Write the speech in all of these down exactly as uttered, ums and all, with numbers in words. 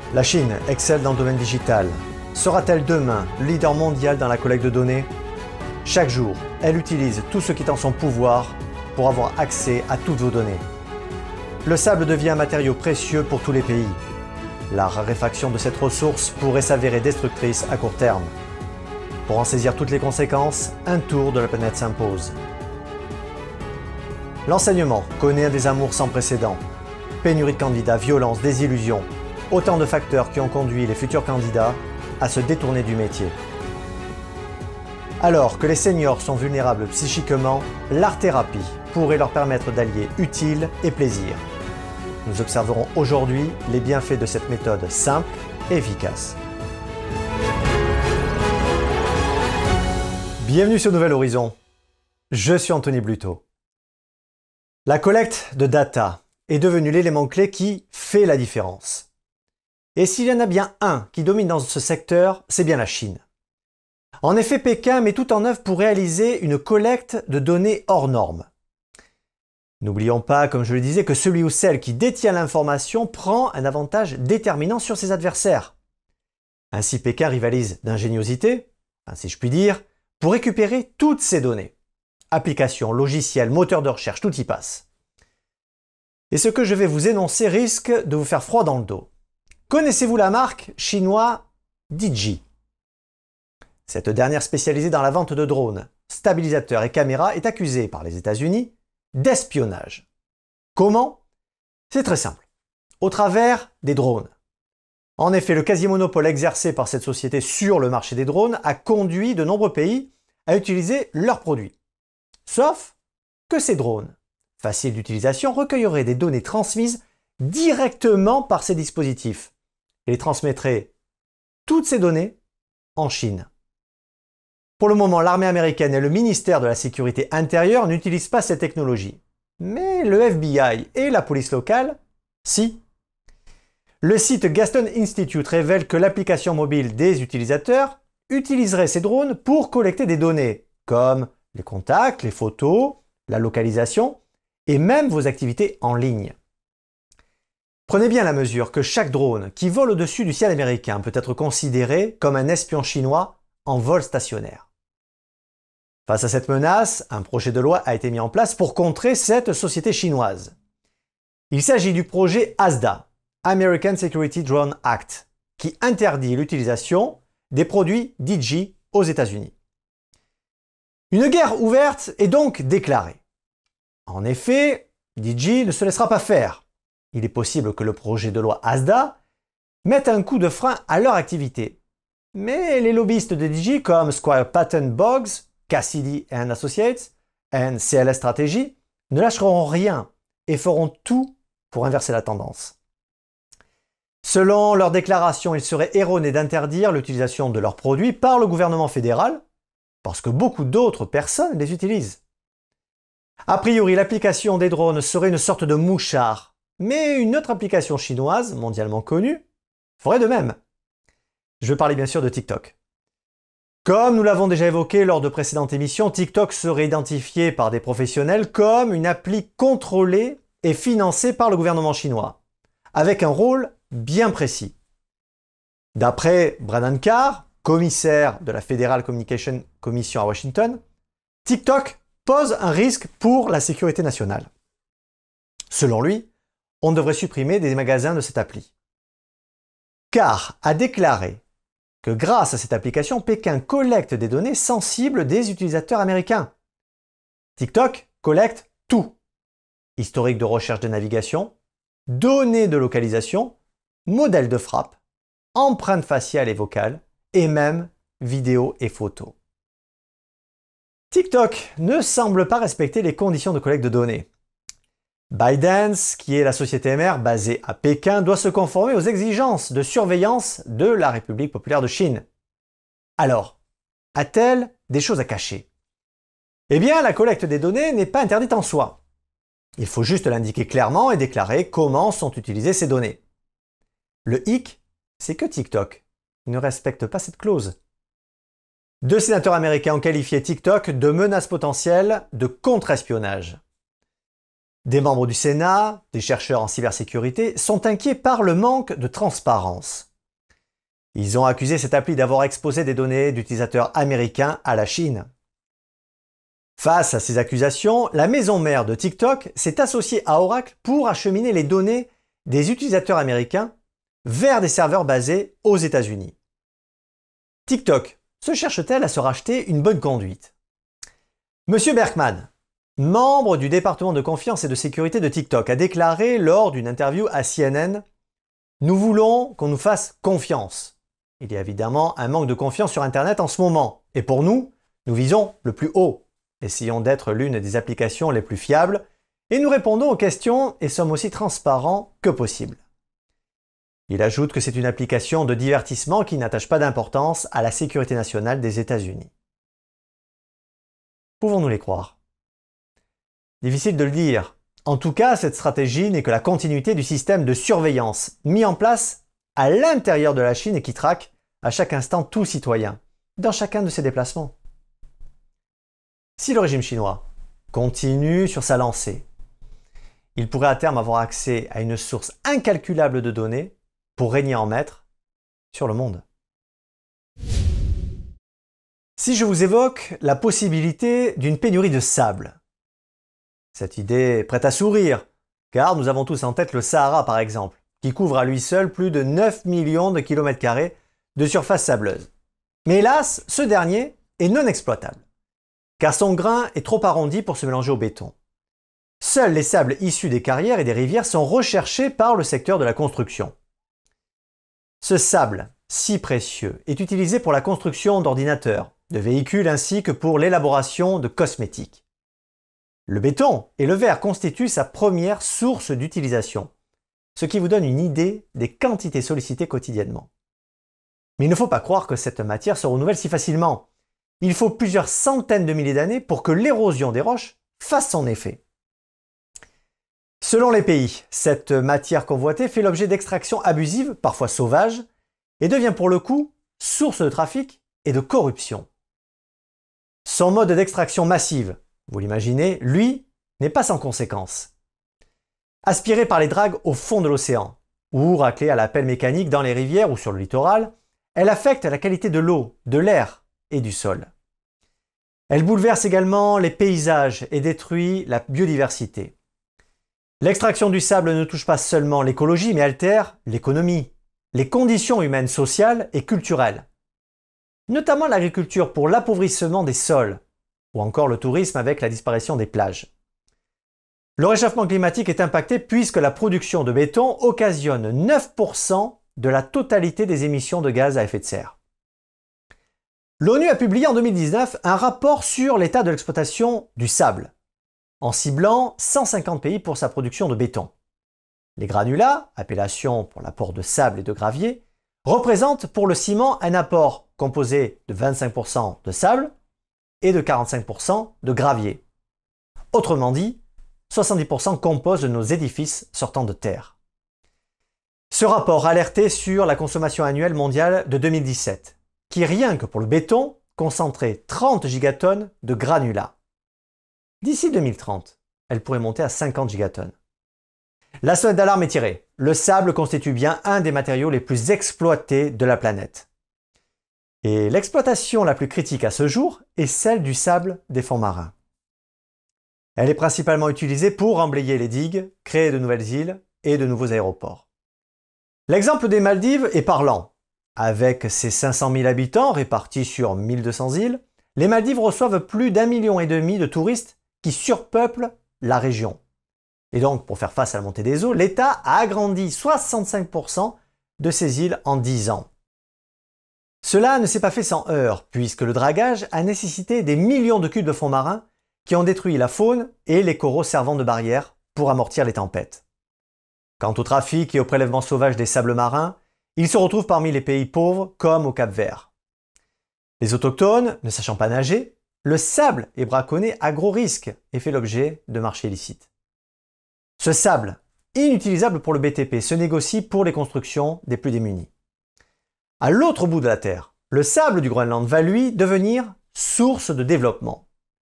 La Chine excelle dans le domaine digital. Sera-t-elle demain le leader mondial dans la collecte de données? Chaque jour, elle utilise tout ce qui est en son pouvoir pour avoir accès à toutes vos données. Le sable devient un matériau précieux pour tous les pays. La raréfaction de cette ressource pourrait s'avérer destructrice à court terme. Pour en saisir toutes les conséquences, un tour de la planète s'impose. L'enseignement connaît un désamour sans précédent. Pénurie de candidats, violence, désillusion, autant de facteurs qui ont conduit les futurs candidats à se détourner du métier. Alors que les seniors sont vulnérables psychiquement, l'art-thérapie pourrait leur permettre d'allier utile et plaisir. Nous observerons aujourd'hui les bienfaits de cette méthode simple et efficace. Bienvenue sur Nouvel Horizon. Je suis Anthony Bluto. La collecte de data est devenue l'élément clé qui fait la différence. Et s'il y en a bien un qui domine dans ce secteur, c'est bien la Chine. En effet, Pékin met tout en œuvre pour réaliser une collecte de données hors normes. N'oublions pas, comme je le disais, que celui ou celle qui détient l'information prend un avantage déterminant sur ses adversaires. Ainsi, Pékin rivalise d'ingéniosité, enfin, si je puis dire, pour récupérer toutes ces données. Applications, logiciels, moteurs de recherche, tout y passe. Et ce que je vais vous énoncer risque de vous faire froid dans le dos. Connaissez-vous la marque chinoise Digi? Cette dernière spécialisée dans la vente de drones, stabilisateurs et caméras est accusée par les États-Unis d'espionnage. Comment? C'est très simple. Au travers des drones. En effet, le quasi-monopole exercé par cette société sur le marché des drones a conduit de nombreux pays à utiliser leurs produits. Sauf que ces drones, faciles d'utilisation, recueilleraient des données transmises directement par ces dispositifs et les transmettraient toutes ces données en Chine. Pour le moment, l'armée américaine et le ministère de la Sécurité intérieure n'utilisent pas cette technologie. Mais le F B I et la police locale, si. Le site Gaston Institute révèle que l'application mobile des utilisateurs utiliserait ces drones pour collecter des données, comme les contacts, les photos, la localisation et même vos activités en ligne. Prenez bien la mesure que chaque drone qui vole au-dessus du ciel américain peut être considéré comme un espion chinois en vol stationnaire. Face à cette menace, un projet de loi a été mis en place pour contrer cette société chinoise. Il s'agit du projet A S D A, American Security Drone Act, qui interdit l'utilisation des produits Digi aux États-Unis. Une guerre ouverte est donc déclarée. En effet, Digi ne se laissera pas faire. Il est possible que le projet de loi A S D A mette un coup de frein à leur activité. Mais les lobbyistes de Digi comme Squire Patton Boggs, Cassidy and Associates et C L S Strategy ne lâcheront rien et feront tout pour inverser la tendance. Selon leur déclaration, il serait erroné d'interdire l'utilisation de leurs produits par le gouvernement fédéral parce que beaucoup d'autres personnes les utilisent. A priori, l'application des drones serait une sorte de mouchard, mais une autre application chinoise, mondialement connue, ferait de même. Je veux parler bien sûr de TikTok. Comme nous l'avons déjà évoqué lors de précédentes émissions, TikTok serait identifié par des professionnels comme une appli contrôlée et financée par le gouvernement chinois, avec un rôle bien précis. D'après Brennan Carr, commissaire de la Federal Communication Commission à Washington, TikTok pose un risque pour la sécurité nationale. Selon lui, on devrait supprimer des magasins de cette appli. Carr a déclaré que grâce à cette application, Pékin collecte des données sensibles des utilisateurs américains. TikTok collecte tout. Historique de recherche de navigation, données de localisation, modèles de frappe, empreintes faciales et vocales, et même vidéos et photos. TikTok ne semble pas respecter les conditions de collecte de données. ByteDance, qui est la société mère basée à Pékin, doit se conformer aux exigences de surveillance de la République populaire de Chine. Alors, a-t-elle des choses à cacher? Eh bien, la collecte des données n'est pas interdite en soi. Il faut juste l'indiquer clairement et déclarer comment sont utilisées ces données. Le hic, c'est que TikTok ne respecte pas cette clause. Deux sénateurs américains ont qualifié TikTok de menace potentielle de contre-espionnage. Des membres du Sénat, des chercheurs en cybersécurité sont inquiets par le manque de transparence. Ils ont accusé cette appli d'avoir exposé des données d'utilisateurs américains à la Chine. Face à ces accusations, la maison mère de TikTok s'est associée à Oracle pour acheminer les données des utilisateurs américains vers des serveurs basés aux États-Unis. TikTok se cherche-t-elle à se racheter une bonne conduite? Monsieur Berkman, membre du département de confiance et de sécurité de TikTok, a déclaré lors d'une interview à C N N « Nous voulons qu'on nous fasse confiance. Il y a évidemment un manque de confiance sur Internet en ce moment. Et pour nous, nous visons le plus haut. Essayons d'être l'une des applications les plus fiables et nous répondons aux questions et sommes aussi transparents que possible. » Il ajoute que c'est une application de divertissement qui n'attache pas d'importance à la sécurité nationale des États-Unis. Pouvons-nous les croire? Difficile de le dire. En tout cas, cette stratégie n'est que la continuité du système de surveillance mis en place à l'intérieur de la Chine et qui traque à chaque instant tout citoyen, dans chacun de ses déplacements. Si le régime chinois continue sur sa lancée, il pourrait à terme avoir accès à une source incalculable de données pour régner en maître sur le monde. Si je vous évoque la possibilité d'une pénurie de sable, cette idée prête à sourire, car nous avons tous en tête le Sahara par exemple, qui couvre à lui seul plus de neuf millions de kilomètres carrés de surface sableuse. Mais hélas, ce dernier est non exploitable, car son grain est trop arrondi pour se mélanger au béton. Seuls les sables issus des carrières et des rivières sont recherchés par le secteur de la construction. Ce sable, si précieux, est utilisé pour la construction d'ordinateurs, de véhicules ainsi que pour l'élaboration de cosmétiques. Le béton et le verre constituent sa première source d'utilisation, ce qui vous donne une idée des quantités sollicitées quotidiennement. Mais il ne faut pas croire que cette matière se renouvelle si facilement. Il faut plusieurs centaines de milliers d'années pour que l'érosion des roches fasse son effet. Selon les pays, cette matière convoitée fait l'objet d'extractions abusives, parfois sauvages, et devient pour le coup source de trafic et de corruption. Son mode d'extraction massive, vous l'imaginez, lui, n'est pas sans conséquences. Aspirée par les dragues au fond de l'océan, ou raclée à la pelle mécanique dans les rivières ou sur le littoral, elle affecte la qualité de l'eau, de l'air et du sol. Elle bouleverse également les paysages et détruit la biodiversité. L'extraction du sable ne touche pas seulement l'écologie, mais altère l'économie, les conditions humaines, sociales et culturelles, notamment l'agriculture pour l'appauvrissement des sols, ou encore le tourisme avec la disparition des plages. Le réchauffement climatique est impacté puisque la production de béton occasionne neuf pour cent de la totalité des émissions de gaz à effet de serre. L'ONU a publié en deux mille dix-neuf un rapport sur l'état de l'exploitation du sable, en ciblant cent cinquante pays pour sa production de béton. Les granulats, appellation pour l'apport de sable et de gravier, représentent pour le ciment un apport composé de vingt-cinq pour cent de sable et de quarante-cinq pour cent de gravier. Autrement dit, soixante-dix pour cent composent nos édifices sortant de terre. Ce rapport alertait sur la consommation annuelle mondiale de deux mille dix-sept, qui rien que pour le béton concentrait trente gigatonnes de granulats. D'ici deux mille trente, elle pourrait monter à cinquante gigatonnes. La sonnette d'alarme est tirée. Le sable constitue bien un des matériaux les plus exploités de la planète. Et l'exploitation la plus critique à ce jour est celle du sable des fonds marins. Elle est principalement utilisée pour emblayer les digues, créer de nouvelles îles et de nouveaux aéroports. L'exemple des Maldives est parlant. Avec ses cinq cent mille habitants répartis sur mille deux cents îles, les Maldives reçoivent plus d'un million et demi de touristes qui surpeuplent la région. Et donc, pour faire face à la montée des eaux, l'État a agrandi soixante-cinq pour cent de ces îles en dix ans. Cela ne s'est pas fait sans heurts, puisque le dragage a nécessité des millions de cubes de fonds marins qui ont détruit la faune et les coraux servant de barrière pour amortir les tempêtes. Quant au trafic et au prélèvement sauvage des sables marins, ils se retrouvent parmi les pays pauvres comme au Cap-Vert. Les autochtones, ne sachant pas nager, le sable est braconné à gros risque et fait l'objet de marchés illicites. Ce sable, inutilisable pour le B T P, se négocie pour les constructions des plus démunis. À l'autre bout de la Terre, le sable du Groenland va lui devenir source de développement.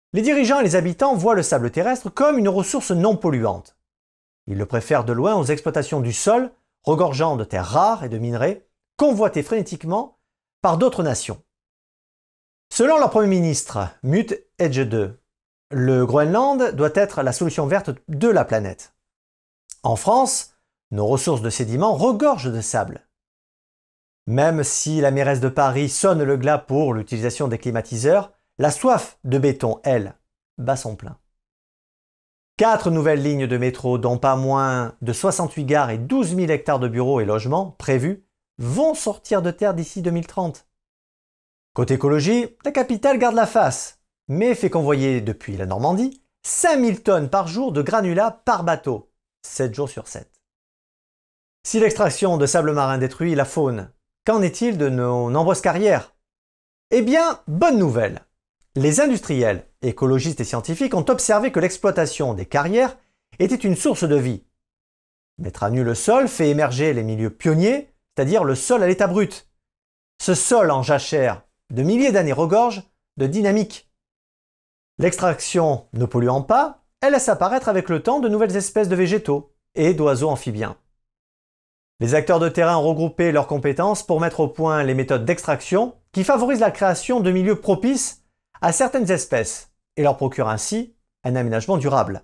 Les dirigeants et les habitants voient le sable terrestre comme une ressource non polluante. Ils le préfèrent de loin aux exploitations du sol, regorgeant de terres rares et de minerais, convoités frénétiquement par d'autres nations. Selon leur Premier ministre, Mut Ejede, le Groenland doit être la solution verte de la planète. En France, nos ressources de sédiments regorgent de sable. Même si la mairesse de Paris sonne le glas pour l'utilisation des climatiseurs, la soif de béton, elle, bat son plein. Quatre nouvelles lignes de métro, dont pas moins de soixante-huit gares et douze mille hectares de bureaux et logements prévus, vont sortir de terre d'ici deux mille trente. Côté écologie, la capitale garde la face, mais fait convoyer depuis la Normandie cinq mille tonnes par jour de granulats par bateau, sept jours sur sept. Si l'extraction de sable marin détruit la faune, qu'en est-il de nos nombreuses carrières? Eh bien, bonne nouvelle! Les industriels, écologistes et scientifiques ont observé que l'exploitation des carrières était une source de vie. Mettre à nu le sol fait émerger les milieux pionniers, c'est-à-dire le sol à l'état brut. Ce sol en jachère de milliers d'années regorge de dynamique. L'extraction ne polluant pas, elle laisse apparaître avec le temps de nouvelles espèces de végétaux et d'oiseaux amphibiens. Les acteurs de terrain ont regroupé leurs compétences pour mettre au point les méthodes d'extraction qui favorisent la création de milieux propices à certaines espèces et leur procurent ainsi un aménagement durable.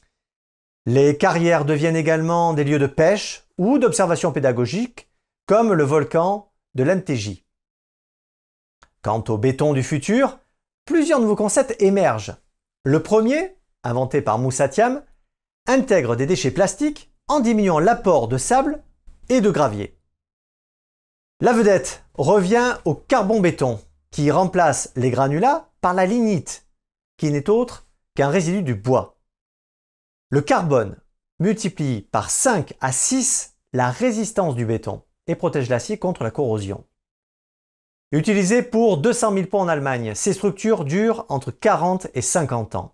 Les carrières deviennent également des lieux de pêche ou d'observation pédagogique, comme le volcan de l'Antégie. Quant au béton du futur, plusieurs nouveaux concepts émergent. Le premier, inventé par Moussa Thiam, intègre des déchets plastiques en diminuant l'apport de sable et de gravier. La vedette revient au carbon-béton, qui remplace les granulats par la lignite, qui n'est autre qu'un résidu du bois. Le carbone multiplie par cinq à six la résistance du béton et protège l'acier contre la corrosion. Utilisé pour deux cent mille ponts en Allemagne, ces structures durent entre quarante et cinquante ans.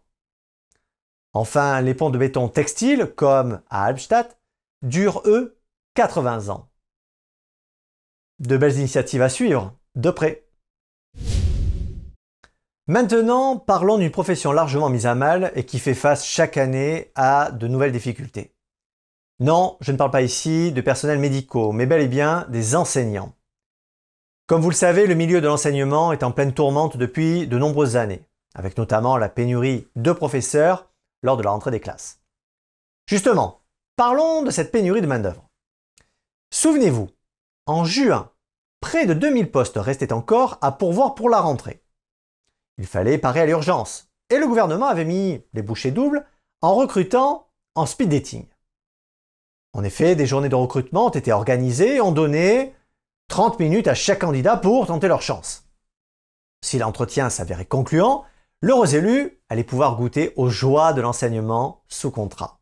Enfin, les ponts de béton textile, comme à Albstadt, durent eux quatre-vingts ans. De belles initiatives à suivre, de près. Maintenant, parlons d'une profession largement mise à mal et qui fait face chaque année à de nouvelles difficultés. Non, je ne parle pas ici de personnels médicaux, mais bel et bien des enseignants. Comme vous le savez, le milieu de l'enseignement est en pleine tourmente depuis de nombreuses années, avec notamment la pénurie de professeurs lors de la rentrée des classes. Justement, parlons de cette pénurie de main-d'œuvre. Souvenez-vous, en juin, près de deux mille postes restaient encore à pourvoir pour la rentrée. Il fallait parer à l'urgence, et le gouvernement avait mis les bouchées doubles en recrutant en speed dating. En effet, des journées de recrutement ont été organisées et ont donné trente minutes à chaque candidat pour tenter leur chance. Si l'entretien s'avérait concluant, l'heureux élu allait pouvoir goûter aux joies de l'enseignement sous contrat.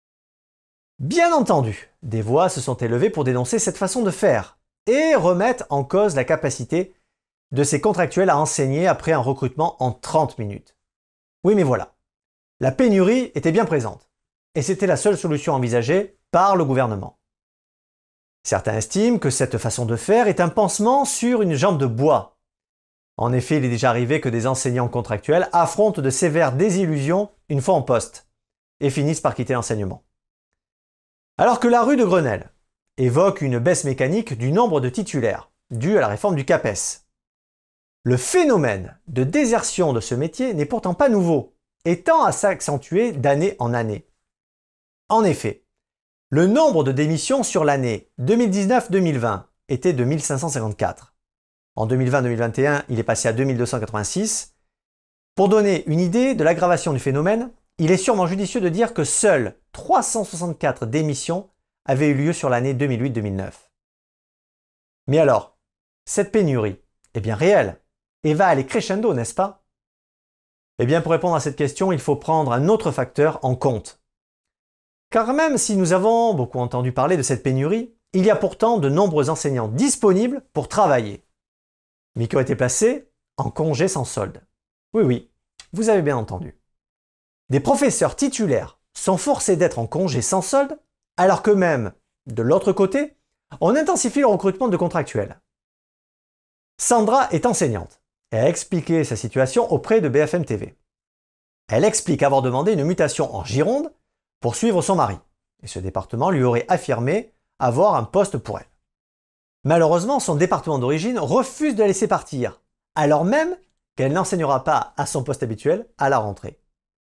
Bien entendu, des voix se sont élevées pour dénoncer cette façon de faire et remettre en cause la capacité de ces contractuels à enseigner après un recrutement en trente minutes. Oui, mais voilà, la pénurie était bien présente et c'était la seule solution envisagée par le gouvernement. Certains estiment que cette façon de faire est un pansement sur une jambe de bois. En effet, il est déjà arrivé que des enseignants contractuels affrontent de sévères désillusions une fois en poste et finissent par quitter l'enseignement. Alors que la rue de Grenelle évoque une baisse mécanique du nombre de titulaires due à la réforme du CAPES, le phénomène de désertion de ce métier n'est pourtant pas nouveau et tend à s'accentuer d'année en année. En effet, le nombre de démissions sur l'année deux mille dix-neuf deux mille vingt était de mille cinq cent cinquante-quatre. En deux mille vingt deux mille vingt et un, il est passé à deux mille deux cent quatre-vingt-six. Pour donner une idée de l'aggravation du phénomène, il est sûrement judicieux de dire que seules trois cent soixante-quatre démissions avaient eu lieu sur l'année deux mille huit deux mille neuf. Mais alors, cette pénurie est bien réelle et va aller crescendo, n'est-ce pas? Eh bien, pour répondre à cette question, il faut prendre un autre facteur en compte. Car même si nous avons beaucoup entendu parler de cette pénurie, il y a pourtant de nombreux enseignants disponibles pour travailler, mais qui ont été placés en congé sans solde. Oui, oui, vous avez bien entendu. Des professeurs titulaires sont forcés d'être en congé sans solde, alors que même, de l'autre côté, on intensifie le recrutement de contractuels. Sandra est enseignante et a expliqué sa situation auprès de B F M T V. Elle explique avoir demandé une mutation en Gironde pour suivre son mari. Et ce département lui aurait affirmé avoir un poste pour elle. Malheureusement, son département d'origine refuse de la laisser partir, alors même qu'elle n'enseignera pas à son poste habituel à la rentrée.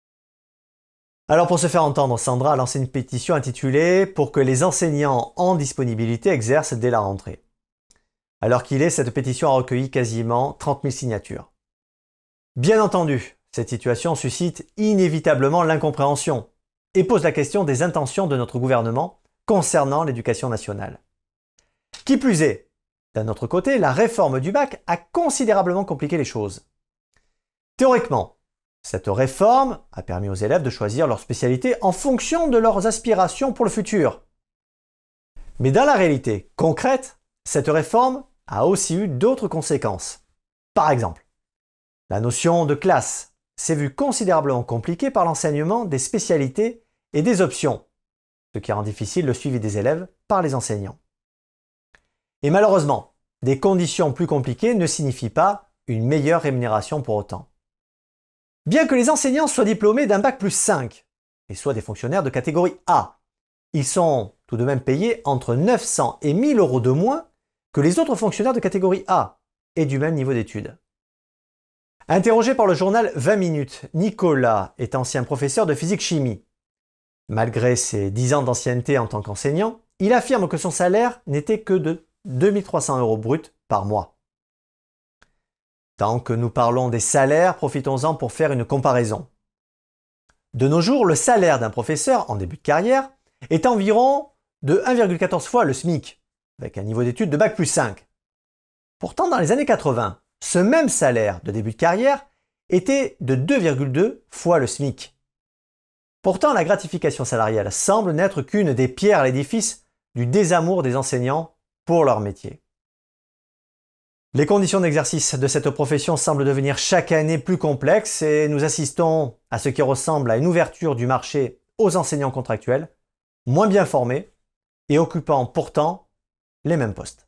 Alors pour se faire entendre, Sandra a lancé une pétition intitulée « Pour que les enseignants en disponibilité exercent dès la rentrée ». Alors qu'il est, cette pétition a recueilli quasiment trente mille signatures. Bien entendu, cette situation suscite inévitablement l'incompréhension et pose la question des intentions de notre gouvernement concernant l'éducation nationale. Qui plus est, d'un autre côté, la réforme du bac a considérablement compliqué les choses. Théoriquement, cette réforme a permis aux élèves de choisir leur spécialité en fonction de leurs aspirations pour le futur. Mais dans la réalité concrète, cette réforme a aussi eu d'autres conséquences. Par exemple, la notion de classe s'est vue considérablement compliquée par l'enseignement des spécialités et des options, ce qui rend difficile le suivi des élèves par les enseignants. Et malheureusement, des conditions plus compliquées ne signifient pas une meilleure rémunération pour autant. Bien que les enseignants soient diplômés d'un bac plus cinq et soient des fonctionnaires de catégorie A, ils sont tout de même payés entre neuf cents et mille euros de moins que les autres fonctionnaires de catégorie A et du même niveau d'études. Interrogé par le journal vingt minutes, Nicolas est ancien professeur de physique-chimie. Malgré ses dix ans d'ancienneté en tant qu'enseignant, il affirme que son salaire n'était que de deux mille trois cents euros bruts par mois. Tant que nous parlons des salaires, profitons-en pour faire une comparaison. De nos jours, le salaire d'un professeur en début de carrière est environ de un virgule quatorze fois le SMIC, avec un niveau d'études de bac plus cinq. Pourtant, dans les années quatre-vingts, ce même salaire de début de carrière était de deux virgule deux fois le SMIC. Pourtant, la gratification salariale semble n'être qu'une des pierres à l'édifice du désamour des enseignants pour leur métier. Les conditions d'exercice de cette profession semblent devenir chaque année plus complexes et nous assistons à ce qui ressemble à une ouverture du marché aux enseignants contractuels, moins bien formés et occupant pourtant les mêmes postes.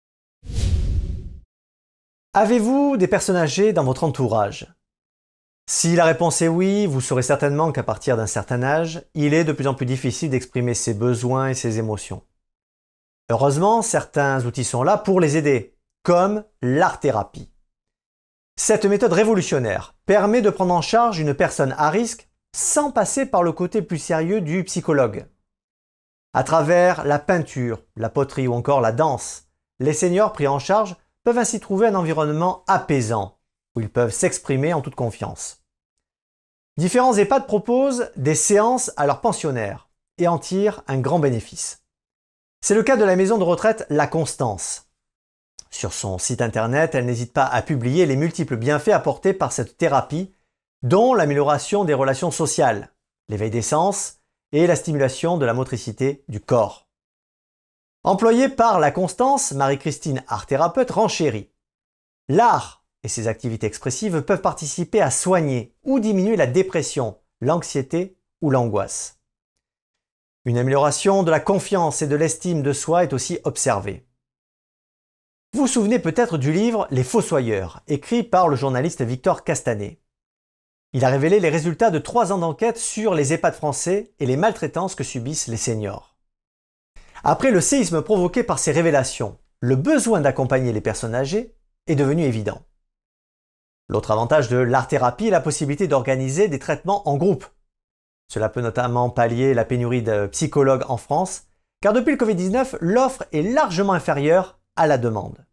Avez-vous des personnes âgées dans votre entourage? Si la réponse est oui, vous saurez certainement qu'à partir d'un certain âge, il est de plus en plus difficile d'exprimer ses besoins et ses émotions. Heureusement, certains outils sont là pour les aider, comme l'art-thérapie. Cette méthode révolutionnaire permet de prendre en charge une personne à risque sans passer par le côté plus sérieux du psychologue. À travers la peinture, la poterie ou encore la danse, les seniors pris en charge peuvent ainsi trouver un environnement apaisant où ils peuvent s'exprimer en toute confiance. Différents EHPAD proposent des séances à leurs pensionnaires et en tirent un grand bénéfice. C'est le cas de la maison de retraite La Constance. Sur son site internet, elle n'hésite pas à publier les multiples bienfaits apportés par cette thérapie, dont l'amélioration des relations sociales, l'éveil des sens et la stimulation de la motricité du corps. Employée par La Constance, Marie-Christine, art-thérapeute, renchérit. L'art et ses activités expressives peuvent participer à soigner ou diminuer la dépression, l'anxiété ou l'angoisse. Une amélioration de la confiance et de l'estime de soi est aussi observée. Vous vous souvenez peut-être du livre Les Fossoyeurs, écrit par le journaliste Victor Castanet. Il a révélé les résultats de trois ans d'enquête sur les EHPAD français et les maltraitances que subissent les seniors. Après le séisme provoqué par ces révélations, le besoin d'accompagner les personnes âgées est devenu évident. L'autre avantage de l'art-thérapie est la possibilité d'organiser des traitements en groupe. Cela peut notamment pallier la pénurie de psychologues en France, car depuis le covid dix-neuf, l'offre est largement inférieure à la demande.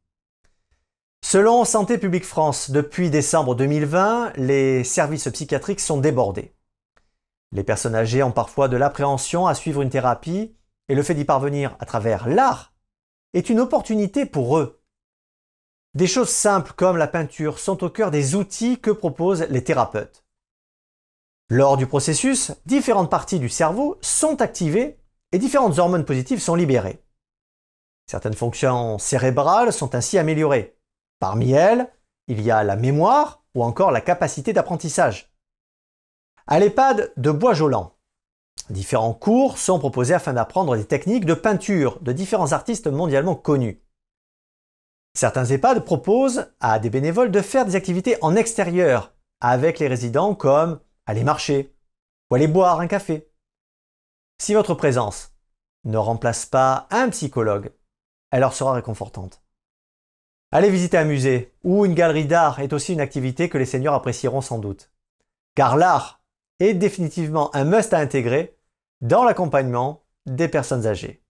Selon Santé publique France, depuis décembre deux mille vingt, les services psychiatriques sont débordés. Les personnes âgées ont parfois de l'appréhension à suivre une thérapie et le fait d'y parvenir à travers l'art est une opportunité pour eux. Des choses simples comme la peinture sont au cœur des outils que proposent les thérapeutes. Lors du processus, différentes parties du cerveau sont activées et différentes hormones positives sont libérées. Certaines fonctions cérébrales sont ainsi améliorées. Parmi elles, il y a la mémoire ou encore la capacité d'apprentissage. À l'EHPAD de Bois-Jolan, différents cours sont proposés afin d'apprendre des techniques de peinture de différents artistes mondialement connus. Certains EHPAD proposent à des bénévoles de faire des activités en extérieur avec les résidents comme aller marcher ou aller boire un café. Si votre présence ne remplace pas un psychologue, elle leur sera réconfortante. Aller visiter un musée ou une galerie d'art est aussi une activité que les seniors apprécieront sans doute. Car l'art est définitivement un must à intégrer dans l'accompagnement des personnes âgées.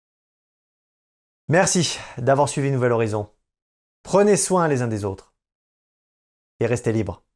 Merci d'avoir suivi Nouvel Horizon. Prenez soin les uns des autres et restez libres.